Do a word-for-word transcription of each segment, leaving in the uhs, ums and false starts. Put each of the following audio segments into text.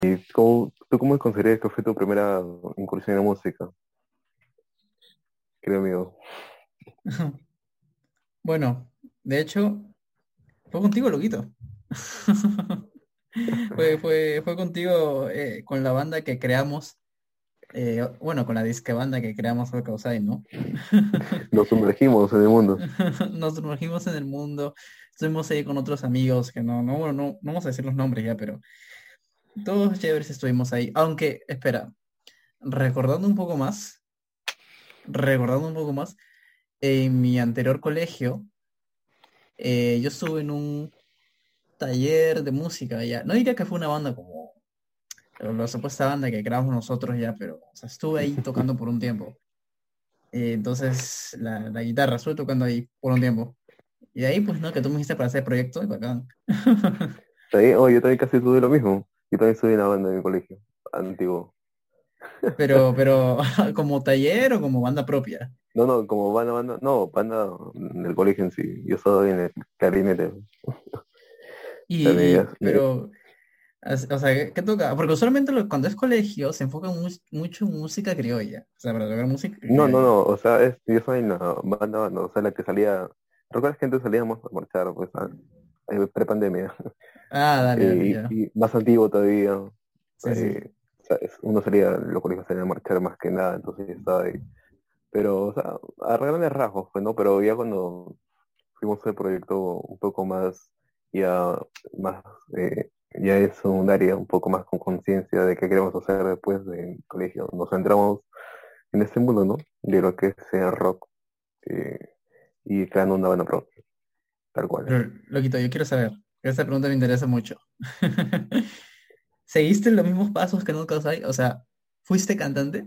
¿Cómo- ¿Tú cómo consideras que fue tu primera incursión en la música, querido amigo? Bueno, de hecho, fue contigo, loquito. Fue, fue, fue contigo eh, con la banda que creamos, eh, bueno, con la disque banda que creamos Rock Outside, ¿no? Nos sumergimos en el mundo. Nos sumergimos en el mundo, estuvimos ahí con otros amigos que no, no, bueno, no, no vamos a decir los nombres ya, pero todos chéveres estuvimos ahí. Aunque, espera, recordando un poco más, recordando un poco más, en mi anterior colegio, eh, yo estuve en un taller de música ya. No diría que fue una banda como la supuesta banda que creamos nosotros ya, pero o sea, estuve ahí tocando por un tiempo. Eh, entonces, la, la guitarra, estuve tocando ahí por un tiempo. Y de ahí, pues, ¿no? Que tú me dijiste para hacer proyecto, y bacán. También, oh, yo también casi tuve lo mismo. Yo también estuve en la banda en mi colegio, antiguo. Pero, pero, ¿como taller o como banda propia? No, no, como banda, banda, no, banda en el colegio en sí. Yo estaba en el clarinete. Y, También, y eh, pero, as- o sea, ¿qué, qué toca? Porque usualmente lo- cuando es colegio se enfoca mu- mucho en música criolla. O sea, para tocar música no, no, criolla. no, o sea, es, yo soy en la banda, banda, o sea, la que salía. ¿Recuerdas que antes salíamos a marchar, pues, a, eh, prepandemia? Ah, dale, dale, Eh, ya. y, y más antiguo todavía. Sí, sí. eh, o sea, es- uno salía, los colegios salían a marchar más que nada, entonces yo estaba ahí. Pero, o sea, a grandes rasgos, pues, ¿no? Pero ya cuando fuimos al proyecto un poco más, ya más, eh, ya es un área un poco más con conciencia de qué queremos hacer después del colegio. Nos centramos en este mundo, ¿no? De lo que es el rock, eh, y creando una banda propia, tal cual. Pero, loquito, yo quiero saber. Esta pregunta me interesa mucho. ¿Seguiste los mismos pasos que nunca hay? O sea, ¿fuiste cantante?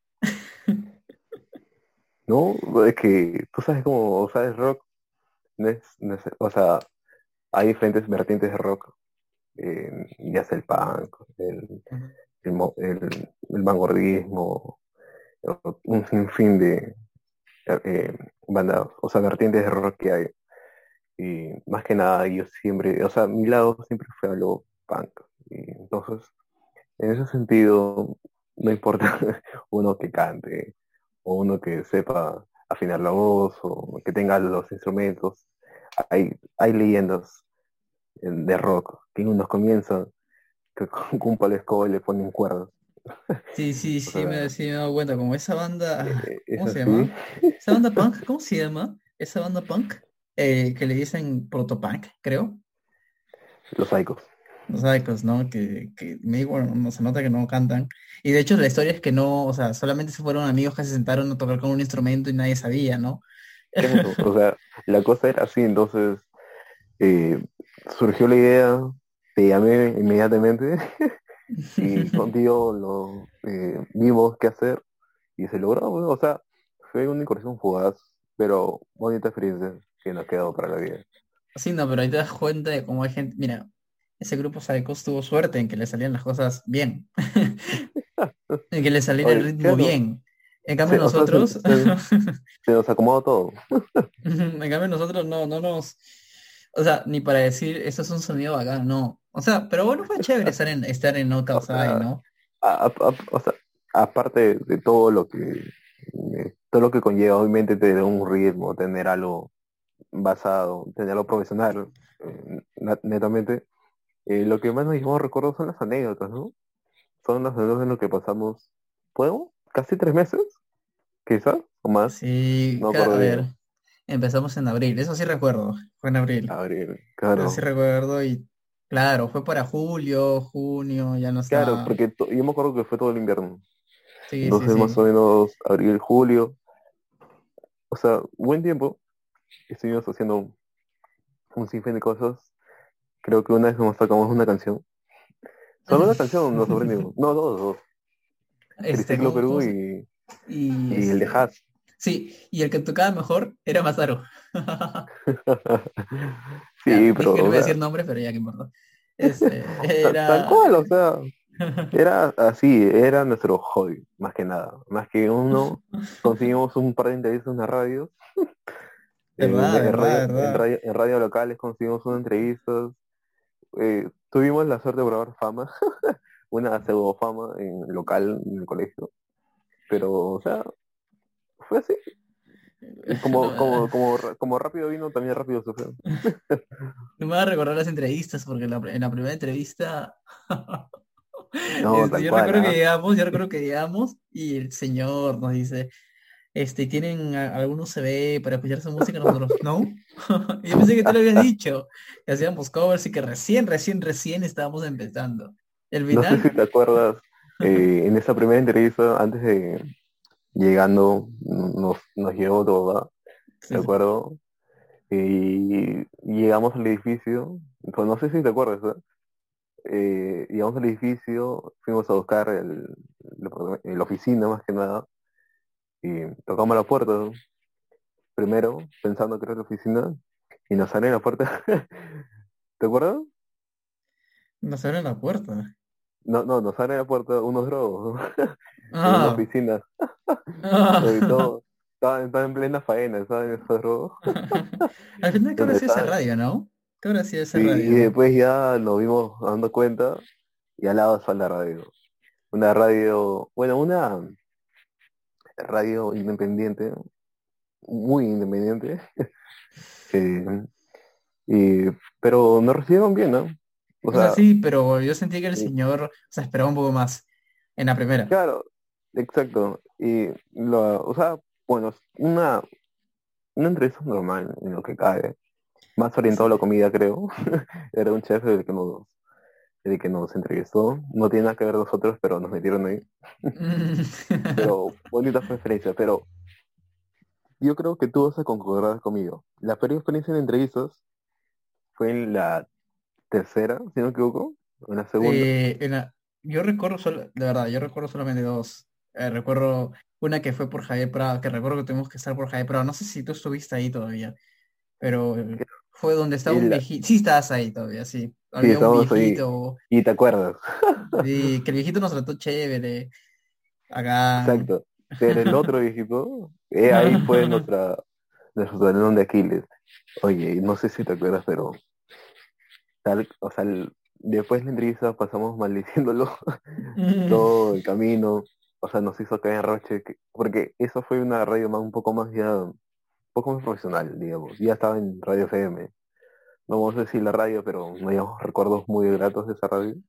No, es que tú sabes cómo, o sea, el rock, no es, no es- o sea, hay diferentes vertientes de rock, eh, ya sea el punk, el, Ujú. el, mo- el, el vanguardismo, un sinfín de eh, bandas, o sea, vertientes de rock que hay. Y más que nada, yo siempre, o sea, mi lado siempre fue a lo punk. Y entonces, en ese sentido, no importa uno que cante, o uno que sepa afinar la voz, o que tenga los instrumentos. Hay, hay leyendas eh, de rock que unos comienzan que con un palo de escoba y le ponen cuerdas. Sí, sí, O sí me, sea, sí me he dado cuenta. Como esa banda, ah, eh, es ¿cómo se así. llama? ¿Esa banda punk? ¿Cómo se llama? Esa banda punk, eh, que le dicen protopunk, creo. Los Psychos. Los Icos, ¿no? Que, que me digo, bueno, no se nota que no cantan. Y de hecho la historia es que no, o sea, solamente se fueron amigos que se sentaron a tocar con un instrumento y nadie sabía, ¿no? Eso, o sea, la cosa era así, entonces eh, surgió la idea, te llamé inmediatamente y contigo lo eh, vimos qué hacer y se logró, pues, o sea, fue una incursión fugaz, pero bonita experiencia que nos quedó para la vida. Sí, no, pero ahí te das cuenta de cómo hay gente, mira, ese grupo Saicos tuvo suerte en que le salían las cosas bien, en que le saliera el Oye, ritmo claro, bien. En cambio se, o sea, se, nosotros, se- se nos acomodó todo. en cambio nosotros no, no nos, o sea, ni para decir, eso es un sonido bacán, no. O sea, pero bueno, fue chévere estar en, estar en No O Outside, sea, ¿no? a- a- a- o sea, aparte de todo lo que eh, todo lo que conlleva, obviamente tener un ritmo, tener algo basado, tener algo profesional, eh, na- netamente, eh, lo que más nos llevamos recuerdo son las anécdotas, ¿no? Son las anécdotas en lo que pasamos, ¿puedo? Casi tres meses, quizás, o más, Sí, no me ca- acuerdo a ver, bien. empezamos en abril, eso sí recuerdo, fue en abril, Abril, eso sí claro, recuerdo y claro, fue para julio, junio, ya no claro, está. porque to- yo me acuerdo que fue todo el invierno, Sí, sí, entonces más sí. o menos abril, julio, o sea, buen tiempo, estuvimos haciendo un sinfín de cosas. Creo que una vez nos sacamos una canción. Solo una canción nos aprendimos. No, dos, dos. Este, Triciclo ¿cómo, cómo Perú se- y, Y y el de este. Haas. Sí, y el que tocaba mejor era Mazaro. Ya, Sí, dije pero, que no o iba a sea, decir nombre, pero ya que importa. Este, ta- tal era. cual, o sea, era así, era nuestro hobby, más que nada. Más que uno, conseguimos un par de entrevistas en la radio, en, Verdad, en verdad, radio, en verdad. radio, en radio locales conseguimos unas entrevistas, eh, tuvimos la suerte de grabar fama, una pseudo fama en local en el colegio, pero o sea, fue así. Y como, No, como, como, ra- como rápido vino, también rápido se fue. no me va a recordar las entrevistas, porque en la, en la primera entrevista, No, este, tal yo cual, recuerdo que ¿ah? llegamos, yo recuerdo que llegamos y el señor nos dice, este, ¿tienen a- algún U S B para escuchar su música? Nosotros, ¿no? Y yo pensé que tú lo habías dicho, que hacíamos covers y que recién, recién, recién estábamos empezando. El No sé si final, te acuerdas, eh, en esa primera entrevista, antes de llegando, nos, nos llevó todo, ¿va? ¿De sí, sí. acuerdo? Y llegamos al edificio, pues no sé si te acuerdas, ¿eh? Eh, llegamos al edificio, fuimos a buscar el, el- la oficina más que nada, y tocamos la puerta, ¿no? Primero, pensando que era la oficina, y nos sale la puerta. ¿Te acuerdas? Nos abren la puerta. No, no, nos sale la puerta unos drogos, ¿no? En una Ah, oficina. Y ah. todo, estaba, estaba en plena faena, ¿saben? Esos drogos. Al final, ¿qué habrá Donde sido esa estaban. radio, no? ¿Qué habrá sido esa Sí, y radio? después ya nos vimos dando cuenta, y al lado está la radio. Una radio, bueno, una radio independiente, muy independiente, eh, y, pero nos recibieron bien, ¿no? O O sea, sea, sí, pero yo sentí que el y- señor, o sea, esperaba un poco más en la primera. claro, exacto. Y lo, o sea, bueno, una, una entrevista normal en lo que cae, más orientado a la comida, creo. Era un chef el que nos, el que nos entrevistó. No tiene nada que ver nosotros, pero nos metieron ahí. Mm. Pero bonita fue experiencia, pero yo creo que tú vas a concordar conmigo. La peor experiencia en entrevistas fue en la tercera, si no me equivoco, o en la segunda. Eh, en la- yo recuerdo solo, de verdad, yo recuerdo solamente dos. Eh, recuerdo una que fue por Javier Prado, que recuerdo que tuvimos que estar por Javier Prado. No sé si tú estuviste ahí todavía, pero eh, fue donde estaba Y un la- viejito. Sí, estabas ahí todavía, sí. sí, Había un estábamos ahí. viejito, Y te acuerdas. y que el viejito nos trató chévere. Acá. Exacto. Pero el otro viejito, eh, ahí fue nuestra, nuestro talón de Aquiles. Oye, no sé si te acuerdas, pero tal, o sea, el- después de la entrevista pasamos maldiciéndolo todo el camino. O sea, nos hizo caer en roche, que- porque eso fue una radio más, un poco más ya, un poco más profesional, digamos. Ya estaba en Radio F M. No vamos a decir la radio, pero me llevamos recuerdos muy gratos de esa radio.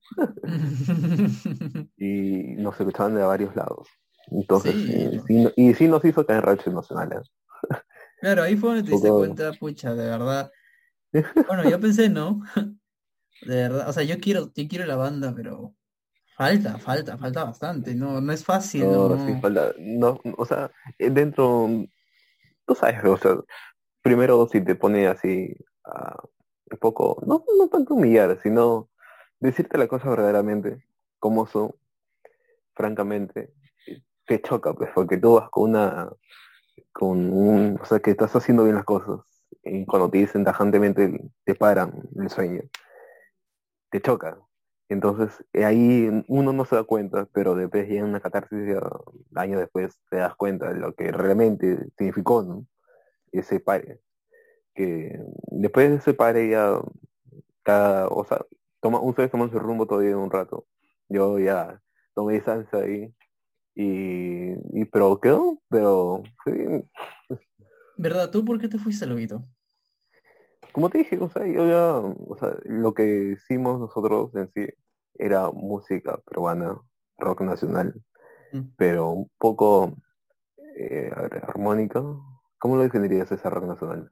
Y nos escuchaban de varios lados. Entonces, Sí, eh, sí, no- y sí nos hizo caer en racha emocional, ¿eh? claro, ahí fue donde te Un diste poco. cuenta, pucha, de verdad. Bueno, yo pensé, ¿no? De verdad, o sea, yo quiero, yo quiero la banda, pero falta, falta, falta bastante. No, no es fácil, No, sí, no. falta. No, o sea, eh, dentro, tú sabes, o sea, primero si te pone así a un poco, no, no tanto humillar, sino decirte la cosa verdaderamente, como son, francamente, te choca, pues, porque tú vas con una, con un, o sea, que estás haciendo bien las cosas, y cuando te dicen tajantemente, te paran el sueño, te choca. Entonces, eh, ahí uno no se da cuenta, pero después llega una catarsis, ya, años después te das cuenta de lo que realmente significó, ¿no? Ese pare. Que después de ese pare ya, cada, o sea, toma, ustedes toman su rumbo todavía un rato. Yo ya tomé distancia ahí y, y pero quedó, pero sí, ¿Verdad? ¿Tú por qué te fuiste, Lobito? como te dije, o sea, yo ya, o sea, lo que hicimos nosotros en sí era música peruana, rock nacional, Mm. pero un poco eh, a ver, armónica. ¿Cómo lo definirías ese rock nacional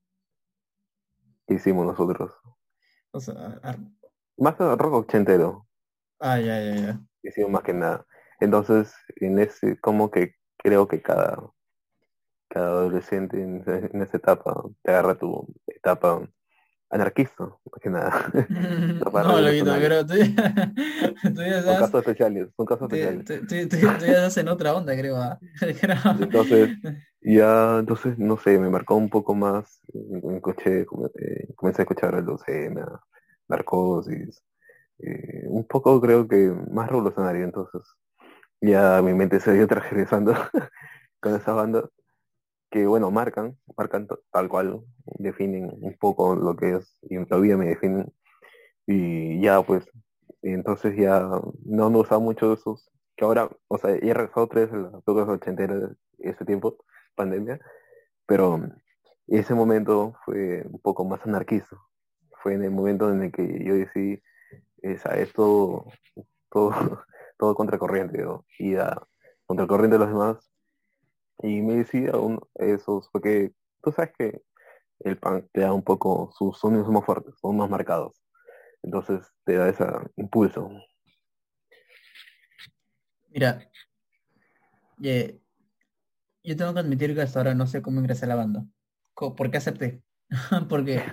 que hicimos nosotros? O sea, ar- Más que rock ochentero, ah, ya, ya, ya. hicimos más que nada. Entonces, en ese, como que creo que cada, cada adolescente en, ese- en esa etapa te agarra tu etapa anarquista, más que nada. Etapa No, Lobito, revolucionaria. creo, tú ya, tú ya Son estás, casos especiales, son casos tú, especiales. tú- tú- tú- tú ya estás en otra onda, creo, ¿ah? Y entonces, ya, entonces, no sé, me marcó un poco más, en el coche, come- eh, comencé a escuchar a Lucena, Narcosis, eh, un poco creo que más revolucionario, entonces ya mi mente se dio transgresando con esa banda que, bueno, marcan, marcan t- tal cual, definen un poco lo que es, y todavía me definen, y ya pues y entonces ya no me gustaba mucho esos, que ahora, o sea, he regresado tres veces a las épocas ochenteras ese tiempo, pandemia, pero ese momento fue un poco más anarquista. Fue en el momento en el que yo decidí, eh, ¿sabes? Todo, todo, todo contracorriente, ¿no? Y a contracorriente de los demás. Y me decidí a un, esos, porque tú sabes que el punk te da un poco, sus sonidos son más fuertes, son más marcados. Entonces te da ese impulso. Mira, eh, yo tengo que admitir que hasta ahora no sé cómo ingresé a la banda. Co- ¿Por qué acepté? Porque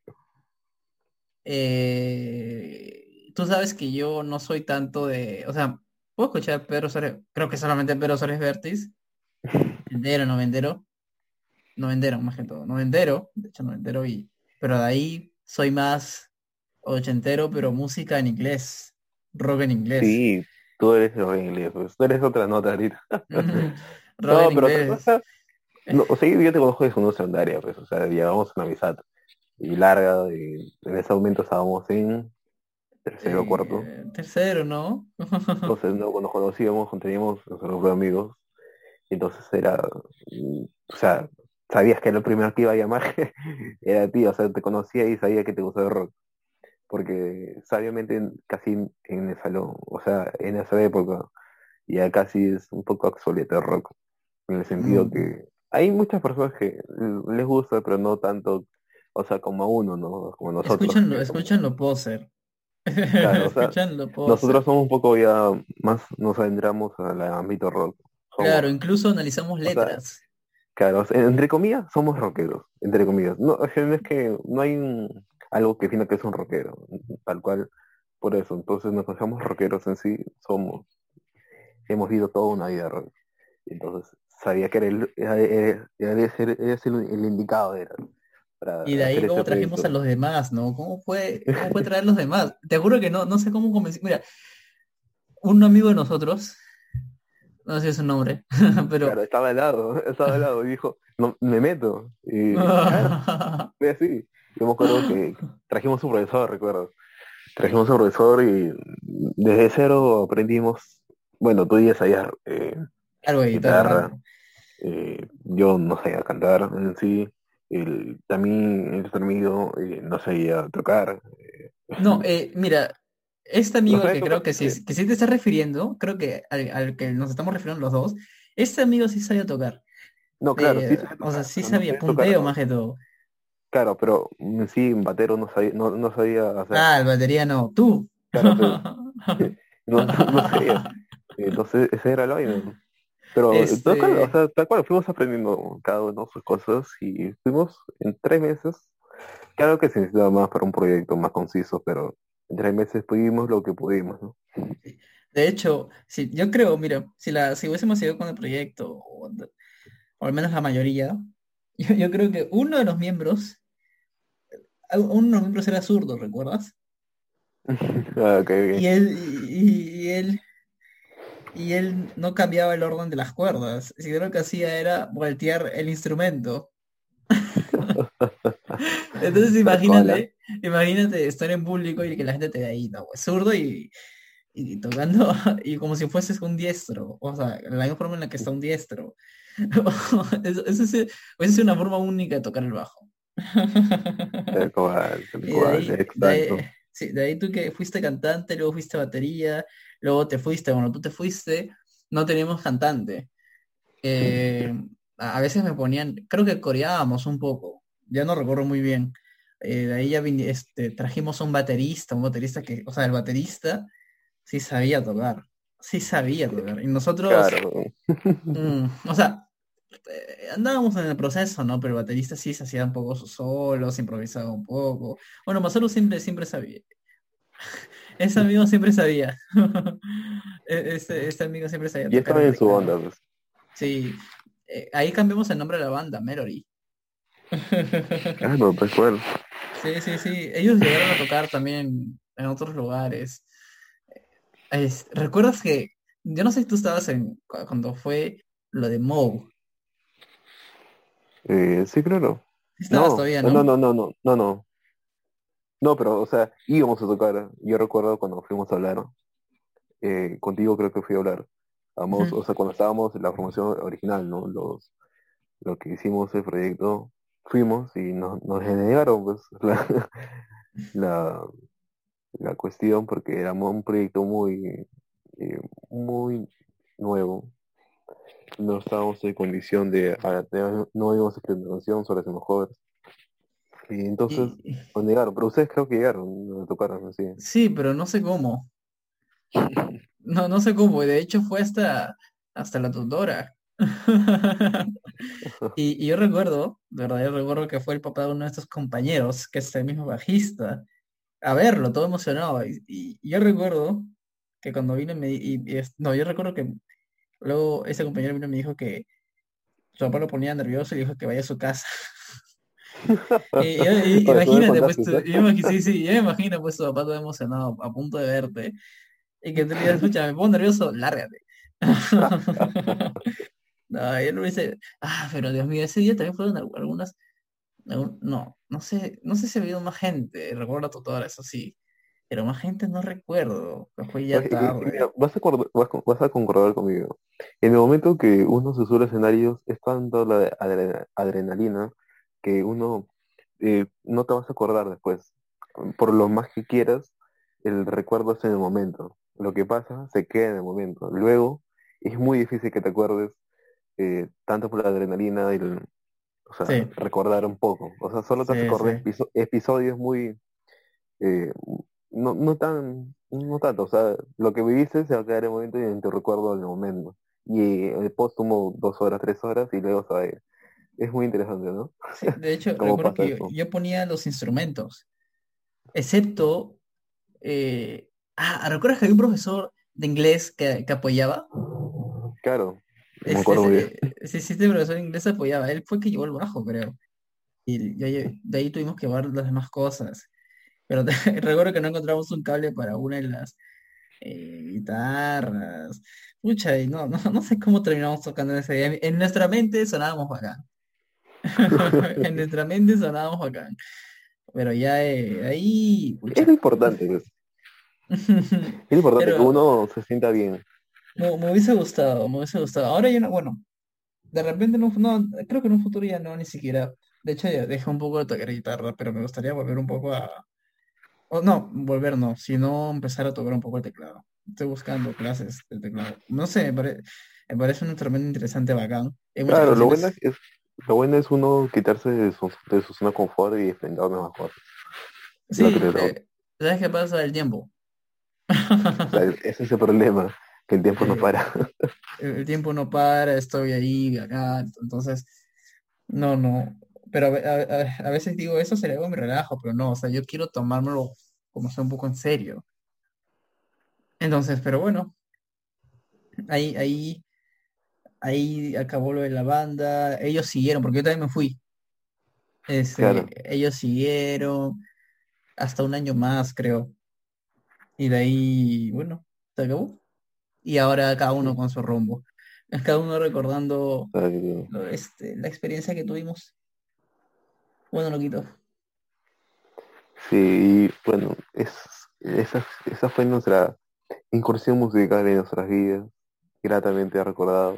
eh, tú sabes que yo no soy tanto de, o sea, puedo escuchar Pedro Suárez, creo que solamente Pedro Suárez Vértiz, Vendero, no Vendero, no Vendero más que todo, no Vendero, de hecho no Vendero, y, pero de ahí soy más ochentero, pero música en inglés, rock en inglés. Sí, tú eres de inglés, pues tú eres otra nota ahorita. Rock en No, pero otra inglés. cosa, no, o sea, yo, yo te conozco de segundo secundaria, pues, o sea, llevamos una amistad y larga, y en ese momento estábamos en tercero o cuarto. Eh, tercero, ¿no? Entonces, no, cuando nos conocíamos, cuando teníamos nuestro grupo de amigos, y entonces era, mm, o sea, sabías que lo primero que iba a llamar era a ti, o sea, te conocía y sabía que te gustaba el rock, porque sabiamente en- casi en el salón, o sea, en esa época, ya casi es un poco obsoleto el rock, en el sentido Mm. que hay muchas personas que les gusta, pero no tanto, o sea, como a uno, ¿no? Como nosotros, Escúchanlo, que somos, escúchanlo, poser. claro, o sea, Escúchanlo, nosotros poser. somos un poco ya más, nos adentramos al ámbito rock. Somos, Claro, incluso analizamos o sea, letras. claro, o sea, entre comillas, somos rockeros, entre comillas. No, es que no es que no hay un- algo que defina que es un rockero, tal cual, por eso. Entonces nos consideramos rockeros en sí, somos, hemos vivido toda una vida rock. Entonces sabía que era el, era, era- era ser, era ser el indicado era, para Y de hacer ahí ese cómo trajimos a proyecto. los demás, ¿no? ¿Cómo fue, cómo fue traer los demás? Te juro que no, no sé cómo convencí. Mira, un amigo de nosotros, no sé si es su nombre, pero Claro, estaba al lado, estaba al lado y dijo, no, me meto. Y claro, fue así. Yo me acuerdo que trajimos un profesor, recuerdo. Trajimos un profesor y desde cero aprendimos, bueno, tú ya sabías eh, algo de guitarra, guitarra, algo. eh, yo no sabía cantar en sí, el, también el otro amigo eh, no sabía tocar, eh, No, eh, mira, este no amigo al sabía que tocar creo que bien. sí, que sí te estás refiriendo, creo que al, al que nos estamos refiriendo los dos, este amigo sí sabía tocar. No, claro, sí Eh, sabía o sea, tocar, sí pero no sabía sabía tocar, punteo o- más que todo. claro, pero en sí en batero no sabía, no, no sabía hacer, Ah, el batería no, tú. claro, pero no, no, no sabía. Entonces ese era el vaina. Pero total, o Este, sea, tal cual, fuimos aprendiendo cada uno sus cosas y fuimos en tres meses. Claro que se necesitaba más para un proyecto más conciso, pero en tres meses pudimos lo que pudimos, ¿no? de hecho, si, yo creo, mira, si, la, si hubiésemos seguido con el proyecto, o, o al menos la mayoría, yo, yo creo que uno de los miembros, uno de los miembros era zurdo, ¿recuerdas? Ah, ok, Y ok. él, y, y él, y él no cambiaba el orden de las cuerdas, sino lo que hacía era voltear el instrumento. Entonces Tal cual, ¿ah? imagínate, imagínate estar en público y que la gente te vea ahí, no, pues, zurdo y, y tocando y como si fueses un diestro, o sea, la misma forma en la que está un diestro. Eso, eso es, eso es una forma única de tocar el bajo. Tal cual, tal Y de cual, ahí, de ahí, exacto. sí, de ahí tú que fuiste cantante, luego fuiste batería, luego te fuiste, bueno, tú te fuiste, no teníamos cantante. Eh, a a veces me ponían, creo que coreábamos un poco, ya no recuerdo muy bien. Eh, de ahí ya vini- este, trajimos un baterista, un baterista que, o sea, el baterista sí sabía tocar, sí sabía tocar. Y nosotros, Claro. mm, o sea, eh, andábamos en el proceso, ¿no? Pero el baterista sí se hacía un poco sus solos, improvisaba un poco. Bueno, Masaru siempre, siempre sabía. Ese amigo siempre sabía. E- Este, este amigo siempre sabía Y tocar estaba el en su teclado. onda, pues. Sí, eh, ahí cambiamos el nombre de la banda, Melody. Claro, tal cual. Sí, sí, sí. Ellos llegaron a tocar también en otros lugares. Es- ¿recuerdas que, yo no sé si tú estabas en, cu- cuando fue lo de Moe? Eh, sí, claro. Sí estabas No, todavía, no, ¿no? no, no, no, no, no. No, pero, o sea, íbamos a tocar. Yo recuerdo cuando fuimos a hablar, eh, contigo creo que fui a hablar. Vamos, Ujú. o sea, cuando estábamos en la formación original, ¿no? Los, lo que hicimos el proyecto, fuimos y nos, nos denegaron, pues, la, la, la cuestión, porque era un proyecto muy, eh, muy nuevo. No estábamos en condición de, a- de- no íbamos a escribir una canción, solo hacemos covers. Y entonces Y nos negaron, pero ustedes creo que llegaron, nos tocaron así. sí, pero no sé cómo. No, no sé cómo. Y de hecho fue hasta, hasta la tutora. Y, y yo recuerdo, de verdad, yo recuerdo que fue el papá de uno de estos compañeros, que es el mismo bajista, a verlo, todo emocionado. Y, y- y yo recuerdo que cuando vino me y, y es- no, yo recuerdo que luego ese compañero vino y me dijo que su papá lo ponía nervioso y le dijo que vaya a su casa. Y, yo- y- Oye, tú me imagínate, pues, contaste, tú- ¿sabes? yo imagi- sí, sí, yo me imagino, pues, tu papá todo emocionado, a punto de verte, y que tú le digas, escucha, me pongo nervioso, lárgate. No, y él me dice, ah, pero Dios mío, ese día también fueron al- algunas, algún- no, no sé, no sé si ha habido más gente, recuerdo a tutora, eso sí, pero más gente no recuerdo, que fue ya Oye, y- y tarde. mira, vas a, acordar- vas, con- vas a concordar conmigo. En el momento que uno se sube a escenarios, es tanto la adre- adrenalina que uno eh, no te vas a acordar después. Por lo más que quieras, el recuerdo es en el momento. Lo que pasa se queda en el momento. Luego es muy difícil que te acuerdes eh, tanto por la adrenalina y el, o sea, Sí, recordar un poco. O sea, solo te vas a sí, sí. acordar episo- episodios muy eh, no, no tan, no tanto, o sea, lo que viviste se va a quedar en el momento y en tu recuerdo del momento. Y el póstumo dos horas, tres horas y luego se va a ir. Es muy interesante, ¿no? Sí, de hecho, ¿Cómo recuerdo pasa que yo, eso? yo ponía los instrumentos, excepto, eh, ah, ¿recuerdas que había un profesor de inglés que, que apoyaba? Claro, me Es, acuerdo es, muy bien. eh, sí, sí, este profesor de inglés apoyaba, él fue el que llevó el bajo, creo, y ya lle- de ahí tuvimos que llevar las demás cosas, pero te- recuerdo que no encontramos un cable para una de las eh, guitarras, pucha, y no, no, no sé cómo terminamos tocando ese día, en nuestra mente sonábamos bacán, en nuestra mente sonábamos bacán, pero ya eh, ahí, Es lo pucha. importante, pues. Es importante que Pero uno se sienta bien. me, me hubiese gustado, me hubiese gustado. Ahora ya no, bueno, de repente no, no, creo que en un futuro ya no, ni siquiera. De hecho, ya dejé un poco de tocar guitarra, pero me gustaría volver un poco a... o no, volver no, sino empezar a tocar un poco el teclado. Estoy buscando clases de teclado. No sé, me, pare- me parece un instrumento interesante, bacán. Hay muchas Claro, lo bueno canciones. es, lo bueno es uno quitarse de su, de su zona de confort y enfrentar nuevas cosas. Lo que Sí, te toca. eh, ¿sabes qué pasa? El tiempo. O sea, ese es el problema, que el tiempo no Eh, para. el, el tiempo no para, estoy ahí, acá, entonces... No, no. Pero a, ve- a- a- a veces digo eso, se le hago me relajo, pero no, o sea, yo quiero tomármelo como sea un poco en serio. Entonces, pero bueno, ahí, ahí, ahí acabó lo de la banda. Ellos siguieron, porque yo también me fui. Claro. Este, ellos siguieron hasta un año más, creo. Y de ahí, bueno, se acabó. Y ahora cada uno con su rumbo. Cada uno recordando O sea, que- lo- este, la experiencia que tuvimos. Bueno, lo quito. sí, y bueno, es, esa, esa fue nuestra incursión musical en nuestras vidas, gratamente recordado.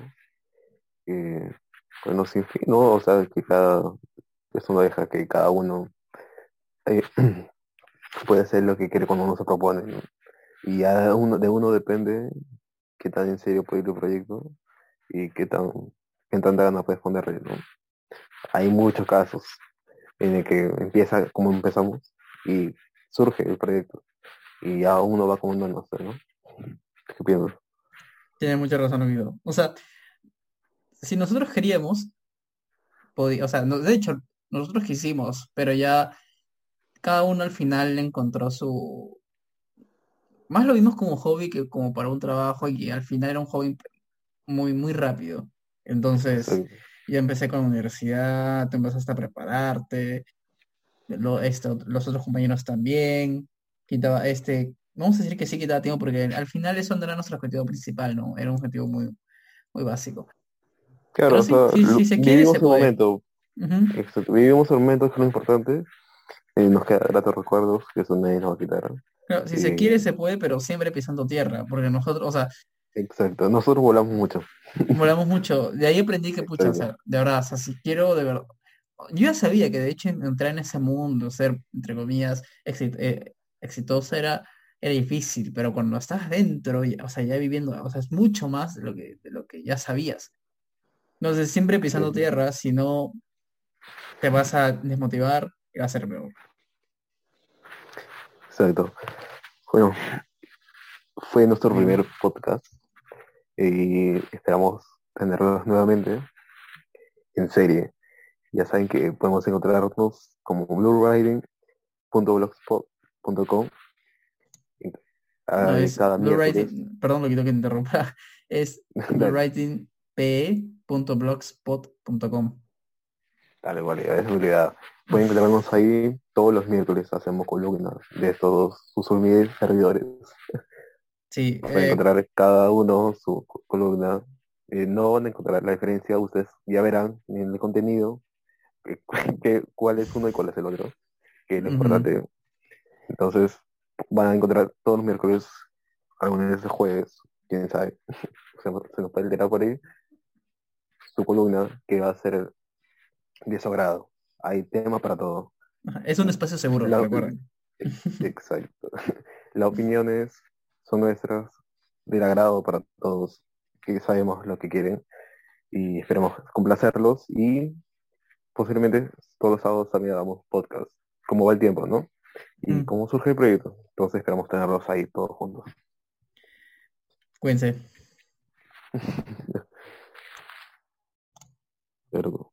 Eh, bueno, sin fin, ¿no? O sea, que cada, eso no deja que cada uno eh, puede hacer lo que quiere cuando uno se propone, ¿no? Y ya uno, de uno depende qué tan en serio puede ir el proyecto y qué tan, qué tanta ganas puedes ponerle, ¿no? Hay muchos casos en el que empieza como empezamos y surge el proyecto y ya uno va como no sé, ¿no? ¿Qué piensas? Tiene mucha razón, amigo. O sea, si nosotros queríamos, podía, o sea, no- de hecho, nosotros quisimos, pero ya cada uno al final encontró su... Más lo vimos como hobby que como para un trabajo y al final era un hobby muy, muy rápido. Entonces, Exacto. yo empecé con la universidad, tú empezaste a prepararte, lo, esto, los otros compañeros también, quitaba este... Vamos a decir que sí quitaba tiempo porque al final eso no era nuestro objetivo principal, ¿no? Era un objetivo muy, muy básico. Claro, Pero o sí, sea, sí, lo- sí se quiere, se vivimos un puede. momento, Ujú. exacto, vivimos un momento que es lo importante Y nos quedan gratos recuerdos que eso nadie nos va a quitar. Claro, si se quiere Y, se puede, pero siempre pisando tierra, porque nosotros, o sea, exacto, nosotros volamos mucho. volamos mucho. De ahí aprendí que, pucha, o Exacto. sea, de verdad, o sea, si quiero de verdad. Yo ya sabía que de hecho entrar en ese mundo, ser, entre comillas, exi- eh, exitoso era, era difícil, pero cuando estás dentro, y- o sea, ya viviendo, o sea, es mucho más de lo que, de lo que ya sabías. Entonces, siempre Sí, pisando tierra, si no te vas a desmotivar y va a ser peor. exacto. Bueno, fue nuestro Bueno, primer podcast y esperamos tenerlos nuevamente en serie. Ya saben que podemos encontrarnos como bluewriting punto blogspot punto com no, eh, es cada Blue miércoles. Writing, perdón, lo que tengo que interrumpir, es Dale, bluewritingpe punto blogspot punto com. dale, vale, es realidad. Pueden encontrarnos ahí todos los miércoles, hacemos columnas de todos sus humildes servidores. Sí, Pueden eh, encontrar cada uno su co- columna. Eh, no van a encontrar la diferencia, ustedes ya verán en el contenido que, que- cuál es uno y cuál es el otro, que es lo ujú. importante. Entonces, van a encontrar todos los miércoles, algunos de jueves, quién sabe, se, nos se nos puede alterar por ahí, su columna que va a ser de su agrado. Hay tema para todo. Ajá, es un espacio seguro, La- recuerden. exacto. Las opiniones son nuestras, del agrado para todos, que sabemos lo que quieren y esperamos complacerlos y posiblemente todos los sábados también hagamos podcast, como va el tiempo, ¿no? Y Mm, cómo surge el proyecto. Entonces esperamos tenerlos ahí todos juntos. Cuídense. Pero